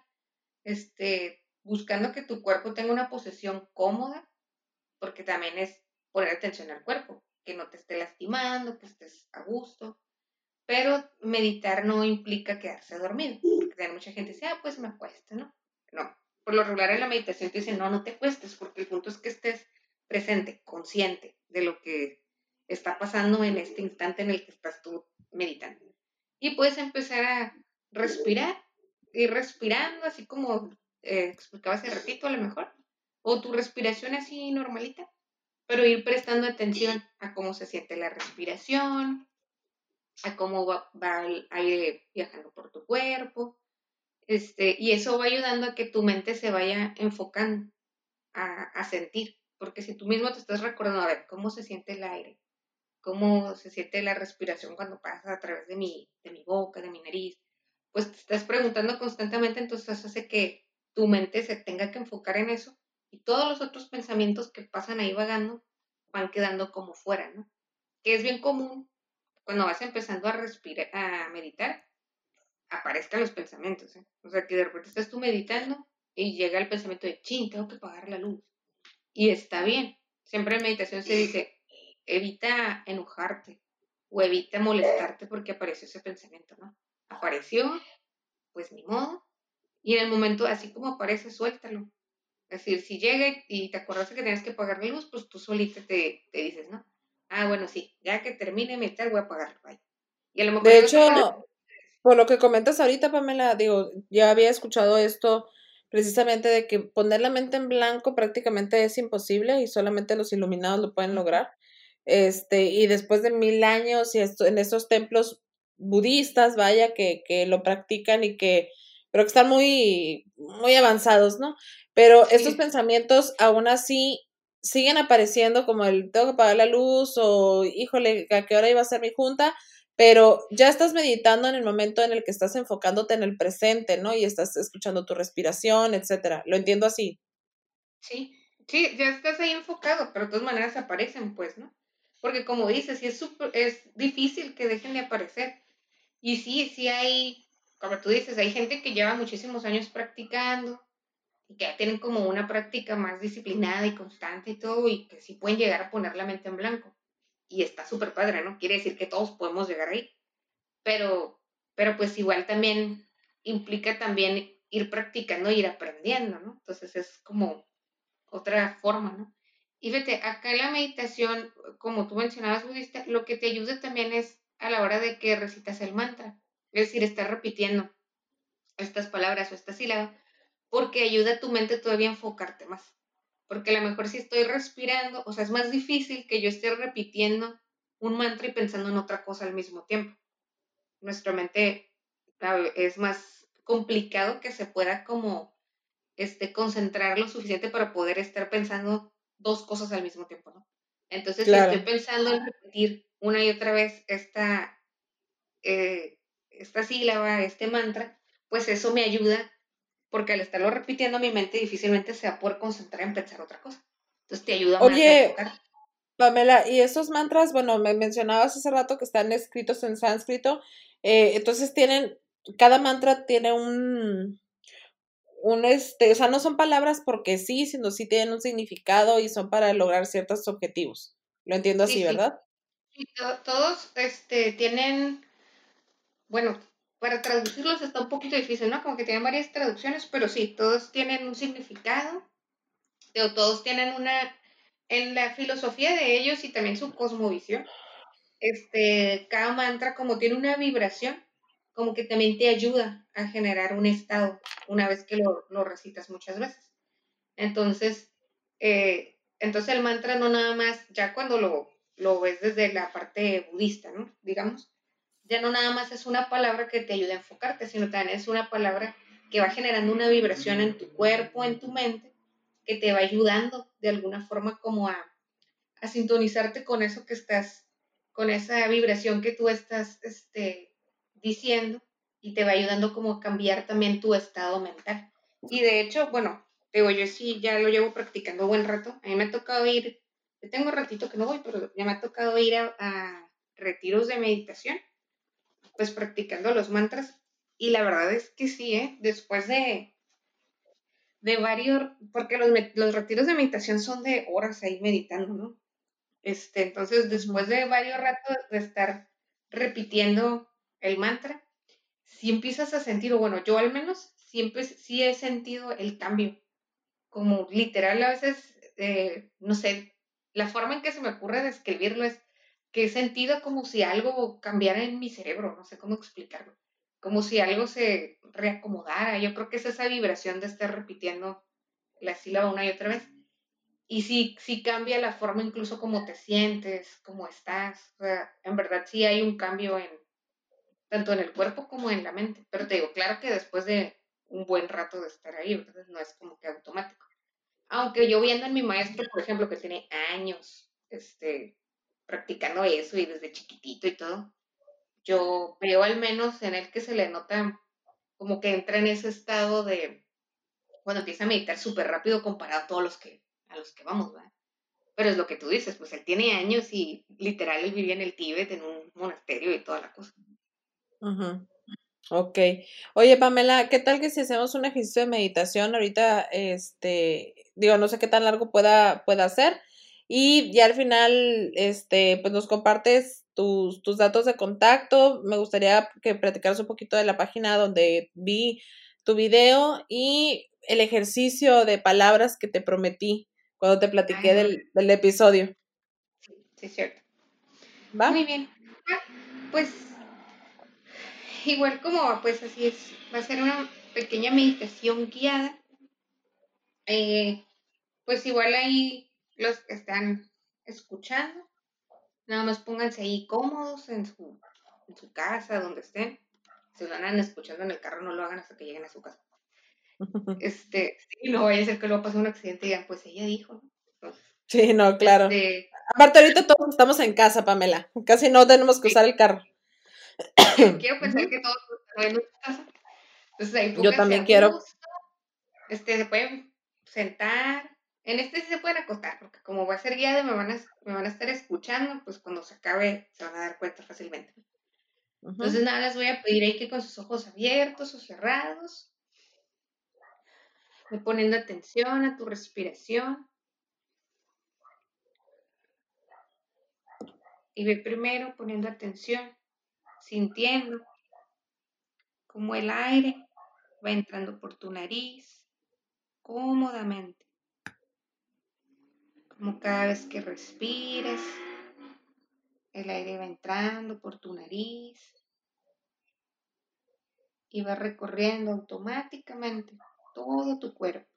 este, buscando que tu cuerpo tenga una posición cómoda, porque también es poner atención al cuerpo, que no te esté lastimando, que estés a gusto. Pero meditar no implica quedarse dormido, porque hay mucha gente que dice, ah, pues me acuesto, ¿no? No, por lo regular en la meditación te dicen, no, no te acuestes, porque el punto es que estés presente, consciente de lo que está pasando en este instante en el que estás tú meditando. Y puedes empezar a respirar, ir respirando, así como eh, explicaba hace ratito a lo mejor, o tu respiración así normalita, pero ir prestando atención a cómo se siente la respiración, a cómo va, va el aire viajando por tu cuerpo, este, y eso va ayudando a que tu mente se vaya enfocando a, a sentir, porque si tú mismo te estás recordando, a ver, cómo se siente el aire, cómo se siente la respiración cuando pasa a través de mi, de mi boca, de mi nariz, pues te estás preguntando constantemente, entonces hace que tu mente se tenga que enfocar en eso y todos los otros pensamientos que pasan ahí vagando van quedando como fuera, ¿no? Que es bien común cuando vas empezando a respirar, a meditar, aparezcan los pensamientos, ¿eh? O sea, que de repente estás tú meditando y llega el pensamiento de, chin, tengo que apagar la luz. Y está bien. Siempre en meditación se dice, evita enojarte o evita molestarte porque apareció ese pensamiento, ¿no? Apareció, pues ni modo. Y en el momento, así como aparece, suéltalo. Es decir, si llega y te acordaste que tenías que apagar la luz, pues tú solita te, te dices, ¿no? Ah, bueno, sí, ya que termine de meditar voy a apagarlo. Bye. Y a lo mejor De eso te hecho, por lo que comentas ahorita, Pamela, digo, ya había escuchado esto precisamente de que poner la mente en blanco prácticamente es imposible y solamente los iluminados lo pueden lograr. Este, y después de mil años y esto, en estos templos budistas, vaya, que, que lo practican y que, pero que están muy, muy avanzados, ¿no? Pero estos sí. pensamientos aún así siguen apareciendo como el tengo que apagar la luz o híjole, ¿a qué hora iba a ser mi junta? Pero ya estás meditando en el momento en el que estás enfocándote en el presente, ¿no? Y estás escuchando tu respiración, etcétera. Lo entiendo así. Sí, sí, ya estás ahí enfocado, pero de todas maneras aparecen, pues, ¿no? Porque como dices, sí es, super, es difícil que dejen de aparecer. Y sí, sí hay como tú dices, hay gente que lleva muchísimos años practicando y que ya tienen como una práctica más disciplinada y constante y todo, y que sí pueden llegar a poner la mente en blanco. Y está súper padre, ¿no? Quiere decir que todos podemos llegar ahí. Pero, pero pues igual también implica también ir practicando, ir aprendiendo, ¿no? Entonces es como otra forma, ¿no? Y fíjate, acá en la meditación, como tú mencionabas, budista, lo que te ayuda también es a la hora de que recitas el mantra, es decir, estar repitiendo estas palabras o esta sílaba, porque ayuda a tu mente todavía a enfocarte más. Porque a lo mejor si estoy respirando, o sea, es más difícil que yo esté repitiendo un mantra y pensando en otra cosa al mismo tiempo. Nuestra mente es más complicado que se pueda como este, concentrar lo suficiente para poder estar pensando dos cosas al mismo tiempo, ¿no? Entonces, si estoy Claro. pensando en repetir una y otra vez esta, eh, esta sílaba, este mantra, pues eso me ayuda, porque al estarlo repitiendo mi mente difícilmente se va a poder concentrar en pensar otra cosa. Entonces te ayuda más a Oye, enfocar. Pamela, y esos mantras, bueno, me mencionabas hace rato que están escritos en sánscrito, eh, entonces tienen, cada mantra tiene un, un este, o sea, no son palabras porque sí, sino sí tienen un significado y son para lograr ciertos objetivos. Lo entiendo Sí, así, sí, ¿verdad? sí, to- todos este, tienen, bueno, para traducirlos está un poquito difícil, ¿no? Como que tienen varias traducciones, pero sí, todos tienen un significado, pero todos tienen una, en la filosofía de ellos y también su cosmovisión, este, cada mantra como tiene una vibración, como que también te ayuda a generar un estado una vez que lo, lo recitas muchas veces. Entonces, eh, entonces el mantra no nada más, ya cuando lo, lo ves desde la parte budista, ¿no? Digamos, ya no nada más es una palabra que te ayuda a enfocarte, sino también es una palabra que va generando una vibración en tu cuerpo, en tu mente, que te va ayudando de alguna forma como a, a sintonizarte con eso que estás, con esa vibración que tú estás este, diciendo y te va ayudando como a cambiar también tu estado mental. Y de hecho, bueno, digo, yo sí ya lo llevo practicando buen rato. A mí me ha tocado ir, yo tengo ratito que no voy, pero ya me ha tocado ir a, a retiros de meditación, pues practicando los mantras. Y la verdad es que sí, ¿eh? Después de, de varios, porque los, los retiros de meditación son de horas ahí meditando, ¿no? Este, entonces, después de varios ratos de estar repitiendo el mantra, si empiezas a sentir, o bueno, yo al menos siempre sí he sentido el cambio, como literal a veces, eh, no sé, la forma en que se me ocurre describirlo es que he sentido como si algo cambiara en mi cerebro, no sé cómo explicarlo, como si algo se reacomodara. Yo creo que es esa vibración de estar repitiendo la sílaba una y otra vez. Y sí, sí cambia la forma incluso como te sientes, cómo estás. O sea, en verdad sí hay un cambio en tanto en el cuerpo como en la mente. Pero te digo, claro que después de un buen rato de estar ahí, entonces no es como que automático. Aunque yo viendo en mi maestro, por ejemplo, que tiene años este, practicando eso y desde chiquitito y todo, yo veo al menos en él que se le nota como que entra en ese estado de, cuando empieza a meditar súper rápido comparado a todos los que, a los que vamos, ¿verdad? Pero es lo que tú dices, pues él tiene años y literal él vivía en el Tíbet, en un monasterio y toda la cosa. Ujú. Ok. Oye, Pamela, ¿qué tal que si hacemos un ejercicio de meditación ahorita, este, digo, no sé qué tan largo pueda, pueda ser, y ya al final, este, pues nos compartes tus, tus datos de contacto. Me gustaría que platicaras un poquito de la página donde vi tu video y el ejercicio de palabras que te prometí cuando te platiqué Ay, del, del episodio. sí, sí, es cierto. Muy ¿Va? bien. Ah, pues igual como pues así es, va a ser una pequeña meditación guiada. Eh, pues igual ahí los que están escuchando, nada más pónganse ahí cómodos en su, en su casa, donde estén. Si lo andan escuchando en el carro, no lo hagan hasta que lleguen a su casa. Este, sí, no vaya a ser que luego pase un accidente y digan, pues ella dijo, ¿no? Entonces, Sí, no, claro. este, Aparte, ahorita todos estamos en casa, Pamela. Casi no tenemos que sí, usar el carro. quiero, quiero pensar Ujú. que todos están en su casa. Entonces ahí Yo pónganse también a quiero. gusto, este, se pueden sentar. En este sí se pueden acostar, porque como va a ser guiado y me van a, me van a estar escuchando, pues cuando se acabe se van a dar cuenta fácilmente. Uh-huh. Entonces nada, les voy a pedir ahí que con sus ojos abiertos o cerrados, ve poniendo atención a tu respiración. Y ve primero poniendo atención, sintiendo cómo el aire va entrando por tu nariz cómodamente. Como cada vez que respires, el aire va entrando por tu nariz y va recorriendo automáticamente todo tu cuerpo.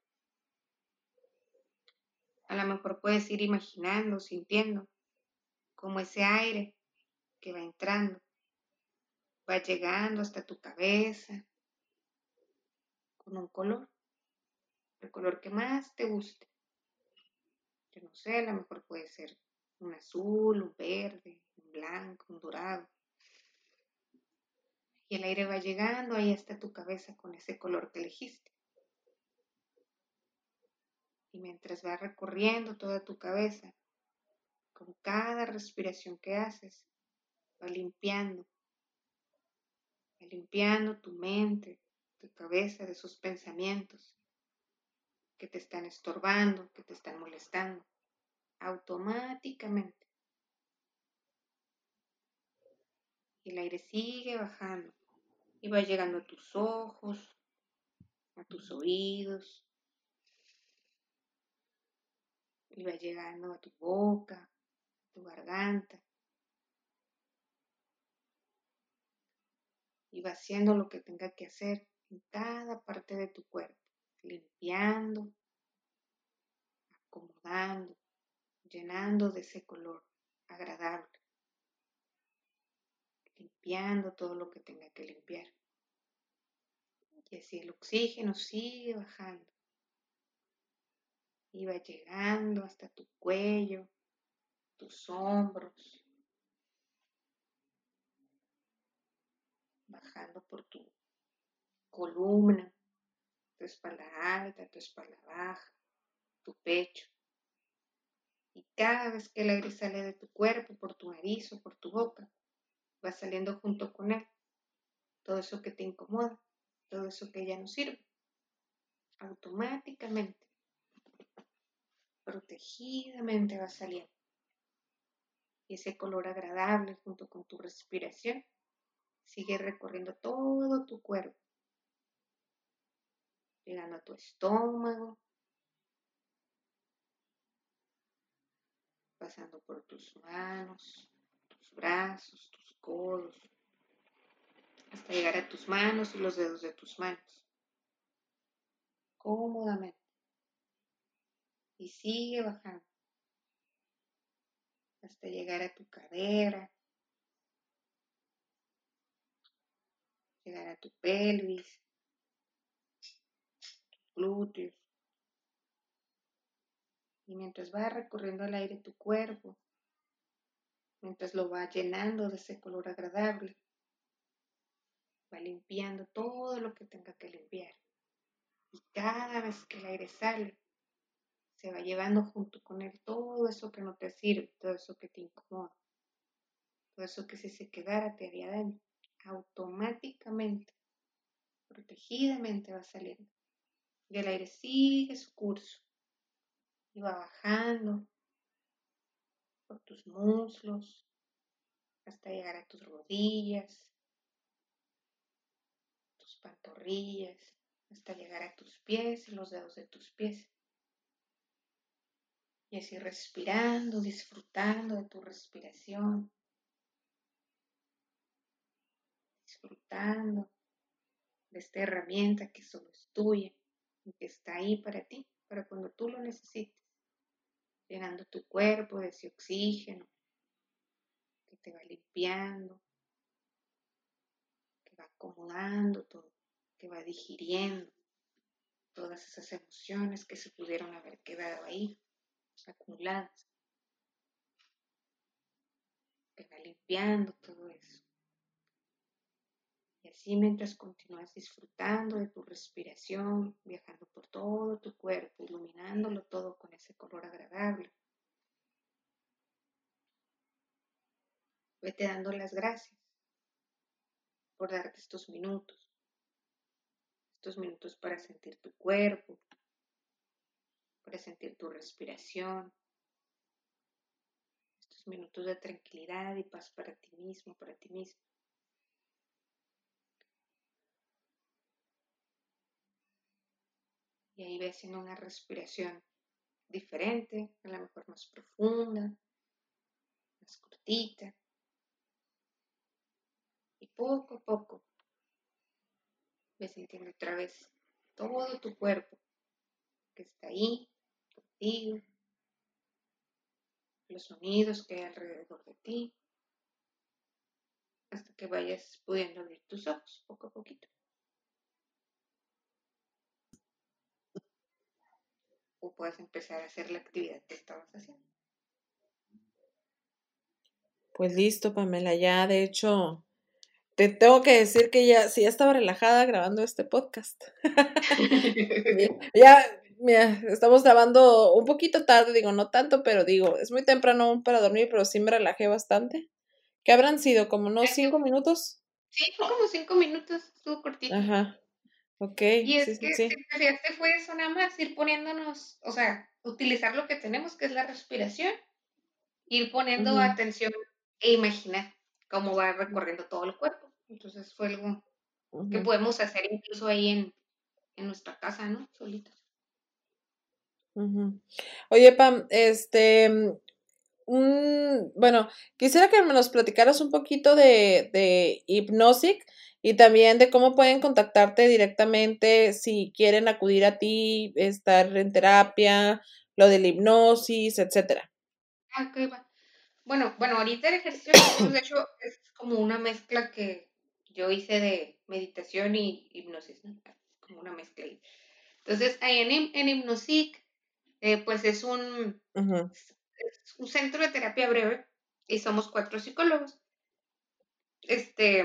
A lo mejor puedes ir imaginando, sintiendo cómo ese aire que va entrando va llegando hasta tu cabeza con un color, el color que más te guste. Yo no sé, a lo mejor puede ser un azul, un verde, un blanco, un dorado. Y el aire va llegando ahí hasta tu cabeza con ese color que elegiste. Y mientras va recorriendo toda tu cabeza, con cada respiración que haces, va limpiando, va limpiando tu mente, tu cabeza de esos pensamientos que te están estorbando, que te están molestando, automáticamente. Y el aire sigue bajando y va llegando a tus ojos, a tus oídos, y va llegando a tu boca, a tu garganta, y va haciendo lo que tenga que hacer en cada parte de tu cuerpo, limpiando, acomodando, llenando de ese color agradable, limpiando todo lo que tenga que limpiar. Y así el oxígeno sigue bajando y va llegando hasta tu cuello, tus hombros, bajando por tu columna, tu espalda alta, tu espalda baja, tu pecho. Y cada vez que el aire sale de tu cuerpo, por tu nariz o por tu boca, va saliendo junto con él todo eso que te incomoda, todo eso que ya no sirve. Automáticamente, protegidamente va saliendo. Y ese color agradable junto con tu respiración sigue recorriendo todo tu cuerpo, llegando a tu estómago, pasando por tus manos, tus brazos, tus codos, hasta llegar a tus manos y los dedos de tus manos, cómodamente. Y sigue bajando hasta llegar a tu cadera, llegar a tu pelvis, tus glúteos. Y mientras va recorriendo el aire tu cuerpo, mientras lo va llenando de ese color agradable, va limpiando todo lo que tenga que limpiar. Y cada vez que el aire sale, se va llevando junto con él todo eso que no te sirve, todo eso que te incomoda, todo eso que si se quedara te haría daño. Automáticamente, protegidamente va saliendo. Y el aire sigue su curso y va bajando por tus muslos hasta llegar a tus rodillas, tus pantorrillas, hasta llegar a tus pies y los dedos de tus pies. Y así respirando, disfrutando de tu respiración, disfrutando de esta herramienta que solo es tuya y que está ahí para ti, para cuando tú lo necesites, llenando tu cuerpo de ese oxígeno que te va limpiando, que va acomodando todo, que va digiriendo todas esas emociones que se pudieron haber quedado ahí, acumuladas, que va limpiando todo eso. Y así mientras continúas disfrutando de tu respiración, viajando por todo tu cuerpo, iluminándolo todo con ese color agradable, vete dando las gracias por darte estos minutos, estos minutos para sentir tu cuerpo, para sentir tu respiración, estos minutos de tranquilidad y paz para ti mismo, para ti mismo. Y ahí ves haciendo una respiración diferente, a lo mejor más profunda, más cortita. Y poco a poco ves sintiendo otra vez todo tu cuerpo que está ahí, contigo, los sonidos que hay alrededor de ti, hasta que vayas pudiendo abrir tus ojos poco a poquito. O puedes empezar a hacer la actividad que estabas haciendo. Pues listo, Pamela, ya de hecho, te tengo que decir que ya, sí, ya estaba relajada grabando este podcast. Ya, mira, estamos grabando un poquito tarde, digo, no tanto, pero digo, es muy temprano para dormir, pero sí me relajé bastante. ¿Qué habrán sido? ¿Como unos cinco minutos? Sí, fue como cinco minutos, estuvo cortito. Ajá, ok, Y sí, es sí, que sí. si te fijaste fue eso nada más, ir poniéndonos, o sea, utilizar lo que tenemos, que es la respiración, ir poniendo Ujú, atención e imaginar cómo va recorriendo todo el cuerpo. Entonces fue algo que ujú, podemos hacer incluso ahí en, en nuestra casa, ¿no? Solitos. ujú. Oye, Pam, este, mm, bueno, quisiera que me nos platicaras un poquito de, de Hypnosic y también de cómo pueden contactarte directamente si quieren acudir a ti, estar en terapia, lo de la hipnosis, etcétera. Ah, ok, va. Bueno, bueno, ahorita el ejercicio que hacemos, de hecho, es como una mezcla que yo hice de meditación y hipnosis, ¿no? Como una mezcla ahí. Entonces, ahí en, Hip- en Hypnosic, eh, pues es un, Ujú, es un centro de terapia breve y somos cuatro psicólogos. Este,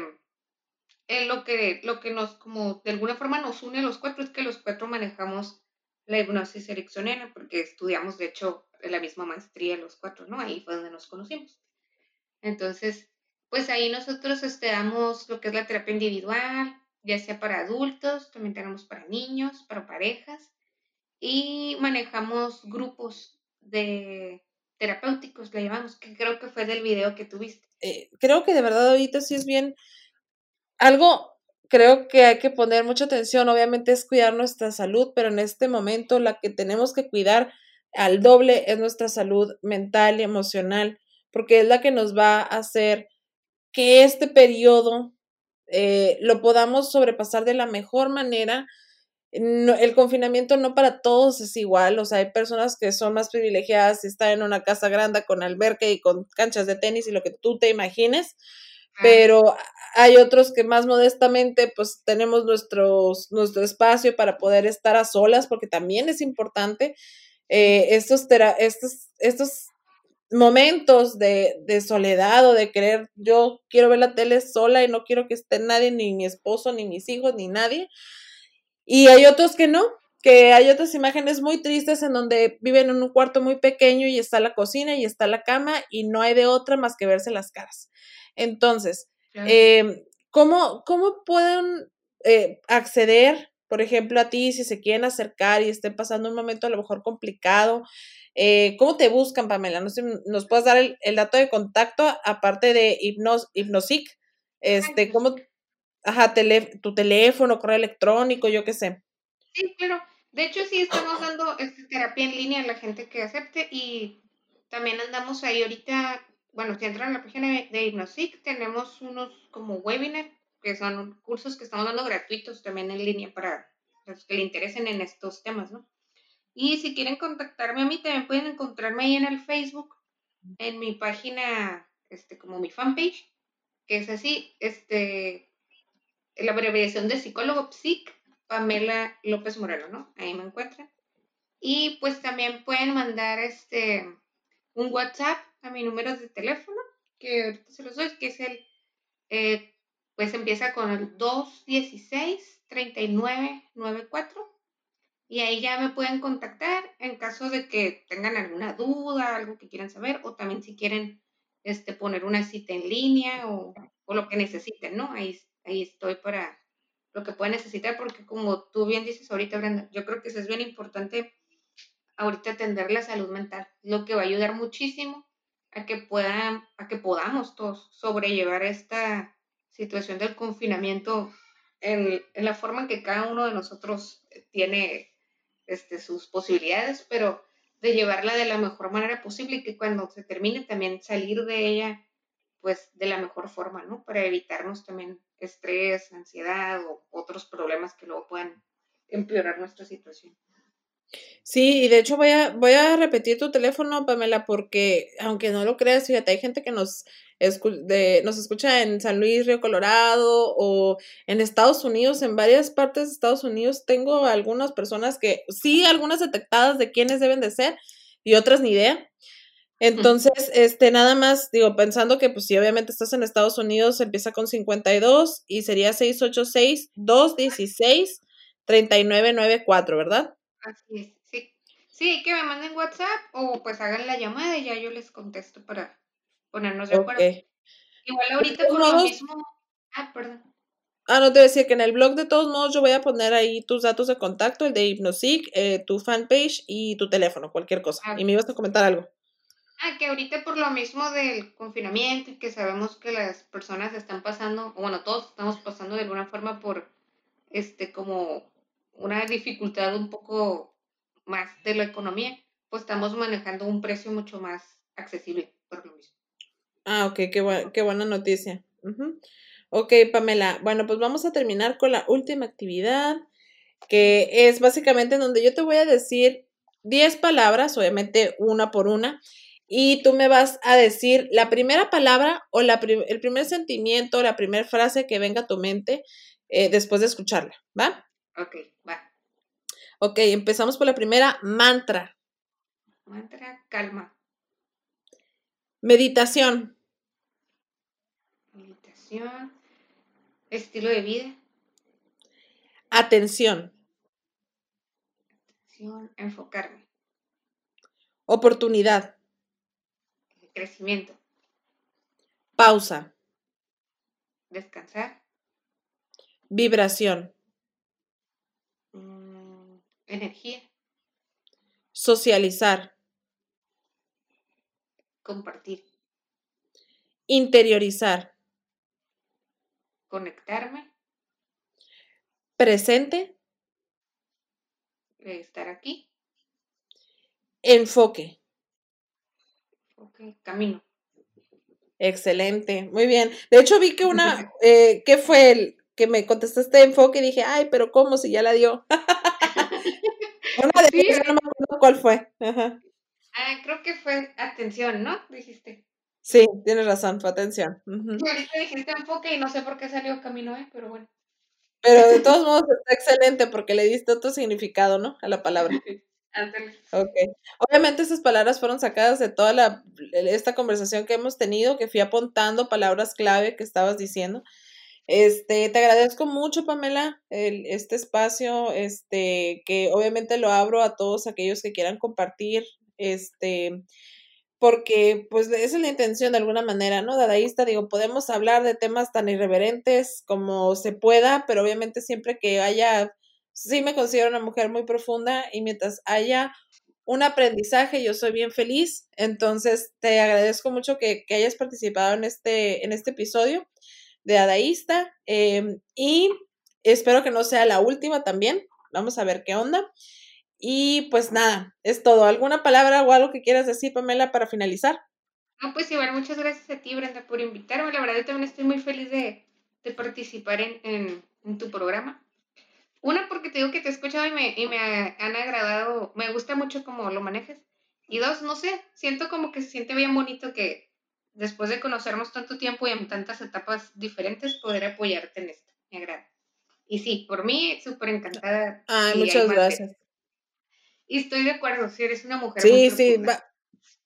en lo que, lo que nos, como de alguna forma nos une a los cuatro es que los cuatro manejamos la hipnosis ericksoniana, porque estudiamos, de hecho, la misma maestría los cuatro, ¿no? Ahí fue donde nos conocimos. Entonces, pues ahí nosotros este, damos lo que es la terapia individual, ya sea para adultos, también tenemos para niños, para parejas, y manejamos grupos de terapéuticos, le llamamos, que creo que fue del video que tuviste. eh, creo que de verdad ahorita sí es bien, algo creo que hay que poner mucha atención, obviamente es cuidar nuestra salud, pero en este momento la que tenemos que cuidar al doble es nuestra salud mental y emocional, porque es la que nos va a hacer que este periodo eh, lo podamos sobrepasar de la mejor manera. No, el confinamiento no para todos es igual, o sea, hay personas que son más privilegiadas y están en una casa grande con alberca y con canchas de tenis y lo que tú te imagines, Ah, pero hay otros que más modestamente pues tenemos nuestros, nuestro espacio para poder estar a solas, porque también es importante eh, estos, tera- estos, estos momentos de, de soledad o de querer, yo quiero ver la tele sola y no quiero que esté nadie, ni mi esposo, ni mis hijos, ni nadie. Y hay otros que no, que hay otras imágenes muy tristes en donde viven en un cuarto muy pequeño y está la cocina y está la cama y no hay de otra más que verse las caras. Entonces, claro. eh, ¿cómo, cómo pueden eh, acceder, por ejemplo, a ti si se quieren acercar y estén pasando un momento a lo mejor complicado? Eh, ¿Cómo te buscan, Pamela? No sé, ¿nos puedes dar el, el dato de contacto aparte de Hipnos, Hipnosic? Ah, Este, pues, ¿cómo, ajá, tele, tu teléfono, correo electrónico, yo qué sé? sí, claro. De hecho, sí estamos dando este, terapia en línea a la gente que acepte y también andamos ahí ahorita, bueno, si entran a la página de, de Hypnosic, tenemos unos como webinar, que son cursos que estamos dando gratuitos también en línea para los que le interesen en estos temas, ¿no? Y si quieren contactarme a mí, también pueden encontrarme ahí en el Facebook, en mi página, este, como mi fanpage, que es así, este, la abreviación de psicólogo psic, Pamela López Moreno, ¿no? Ahí me encuentran. Y pues también pueden mandar este un WhatsApp a mi número de teléfono, que ahorita se los doy, que es el, eh, pues empieza con el dos uno seis, tres nueve nueve cuatro. Y ahí ya me pueden contactar en caso de que tengan alguna duda, algo que quieran saber, o también si quieren este, poner una cita en línea o, o lo que necesiten, ¿no? Ahí ahí estoy para lo que pueda necesitar, porque como tú bien dices ahorita, Brenda, yo creo que eso es bien importante ahorita atender la salud mental, lo que va a ayudar muchísimo a que puedan, a que podamos todos sobrellevar esta situación del confinamiento en, en la forma en que cada uno de nosotros tiene este, sus posibilidades, pero de llevarla de la mejor manera posible y que cuando se termine también salir de ella pues de la mejor forma, ¿no? Para evitarnos también estrés, ansiedad o otros problemas que luego puedan empeorar nuestra situación. Sí, y de hecho voy a, voy a repetir tu teléfono, Pamela, porque aunque no lo creas, fíjate, hay gente que nos, escu- de, nos escucha en San Luis, Río Colorado o en Estados Unidos, en varias partes de Estados Unidos. Tengo algunas personas que, sí, algunas detectadas de quiénes deben de ser y otras ni idea. Entonces, este, nada más, digo, pensando que, pues, si obviamente estás en Estados Unidos, empieza con cincuenta y dos y sería seis ocho seis, dos uno seis, tres nueve nueve cuatro, ¿verdad? Así es, sí. Sí, que me manden WhatsApp o pues hagan la llamada y ya yo les contesto para ponernos de Ok. acuerdo. Igual De ahorita todos por lo modos, mismo, ah, perdón. ah, no te decía que en el blog de todos modos yo voy a poner ahí tus datos de contacto, el de Hypnosic, eh, tu fanpage y tu teléfono, cualquier cosa. Ah, Y me ibas a comentar algo. ah, que ahorita por lo mismo del confinamiento y que sabemos que las personas están pasando, o bueno, todos estamos pasando de alguna forma por este como una dificultad un poco más de la economía, pues estamos manejando un precio mucho más accesible por lo mismo. Ah, ok, qué, bu- qué buena noticia. Ujú. Ok, Pamela. Bueno, pues vamos a terminar con la última actividad, que es básicamente en donde yo te voy a decir diez palabras, obviamente una por una, y tú me vas a decir la primera palabra o la prim- el primer sentimiento, la primera frase que venga a tu mente eh, después de escucharla, ¿va? Ok, va. Ok, empezamos por la primera, mantra, Mantra, calma, meditación, meditación, estilo de vida, atención, acción, enfocarme, oportunidad, crecimiento, pausa, descansar, vibración, mmm, energía, socializar, compartir, interiorizar, conectarme, presente, eh, estar aquí, enfoque. ok, camino. Excelente, muy bien. De hecho, vi que una, eh, ¿qué fue el que me contestaste enfoque? Y dije, ay, pero ¿cómo si ya la dio? Una de Sí, ellas, ya no me acuerdo cuál fue. Ajá. ah, creo que fue atención, ¿no? Dijiste. Sí, tienes razón, fue atención. Ujú. Y ahorita dijiste enfoque y no sé por qué salió camino, ¿eh? Pero bueno. Pero de todos modos está excelente porque le diste otro significado, ¿no? A la palabra. Ándale. Ok. Obviamente esas palabras fueron sacadas de toda la, esta conversación que hemos tenido, que fui apuntando palabras clave que estabas diciendo. Este, te agradezco mucho, Pamela, el, este espacio, este, que obviamente lo abro a todos aquellos que quieran compartir, este, porque pues esa es la intención de alguna manera, ¿no? Dadaísta, digo, podemos hablar de temas tan irreverentes como se pueda, pero obviamente siempre que haya, sí me considero una mujer muy profunda y mientras haya un aprendizaje, yo soy bien feliz, entonces te agradezco mucho que, que hayas participado en este, en este episodio de Dadaísta eh, y espero que no sea la última también, vamos a ver qué onda. Y pues nada, es todo. ¿Alguna palabra o algo que quieras decir, Pamela, para finalizar? No, pues igual, muchas gracias a ti, Brenda, por invitarme. La verdad, yo también estoy muy feliz de, de participar en, en, en tu programa. Una, porque te digo que te he escuchado y me, y me han agradado, me gusta mucho cómo lo manejas. Y dos, no sé, siento como que se siente bien bonito que después de conocernos tanto tiempo y en tantas etapas diferentes, poder apoyarte en esto. Me agrada. Y sí, por mí, súper encantada Ay, si hay muchas más de. gracias. Y estoy de acuerdo, si eres una mujer muy Sí, sí, profunda. va.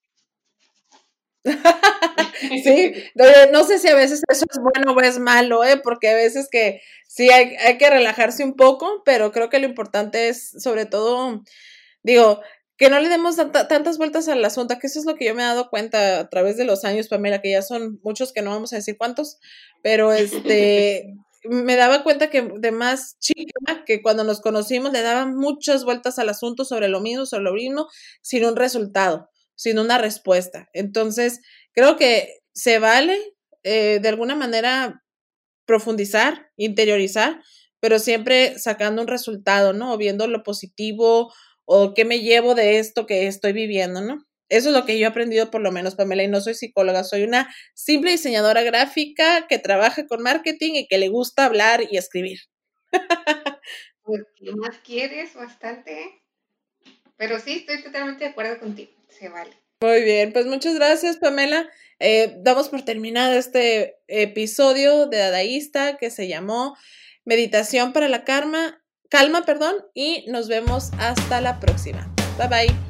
Sí, eh, no sé si a veces eso es bueno o es malo, ¿eh? Porque a veces que sí hay, hay que relajarse un poco, pero creo que lo importante es sobre todo, digo, que no le demos tanta- tantas vueltas al asunto, que eso es lo que yo me he dado cuenta a través de los años, Pamela, que ya son muchos que no vamos a decir cuántos, pero este, me daba cuenta que de más chica, que cuando nos conocimos le daba muchas vueltas al asunto sobre lo mismo, sobre lo mismo, sin un resultado, sin una respuesta. Entonces, creo que se vale eh, de alguna manera profundizar, interiorizar, pero siempre sacando un resultado, ¿no? O viendo lo positivo o qué me llevo de esto que estoy viviendo, ¿no? Eso es lo que yo he aprendido por lo menos, Pamela, y no soy psicóloga, soy una simple diseñadora gráfica que trabaja con marketing y que le gusta hablar y escribir. Pues, ¿qué más quieres? Bastante, ¿eh? Pero sí, estoy totalmente de acuerdo contigo, se vale. Muy bien, pues muchas gracias, Pamela. Eh, damos por terminado este episodio de Dadaísta que se llamó Meditación para la Calma, calma, perdón, y nos vemos hasta la próxima. Bye bye.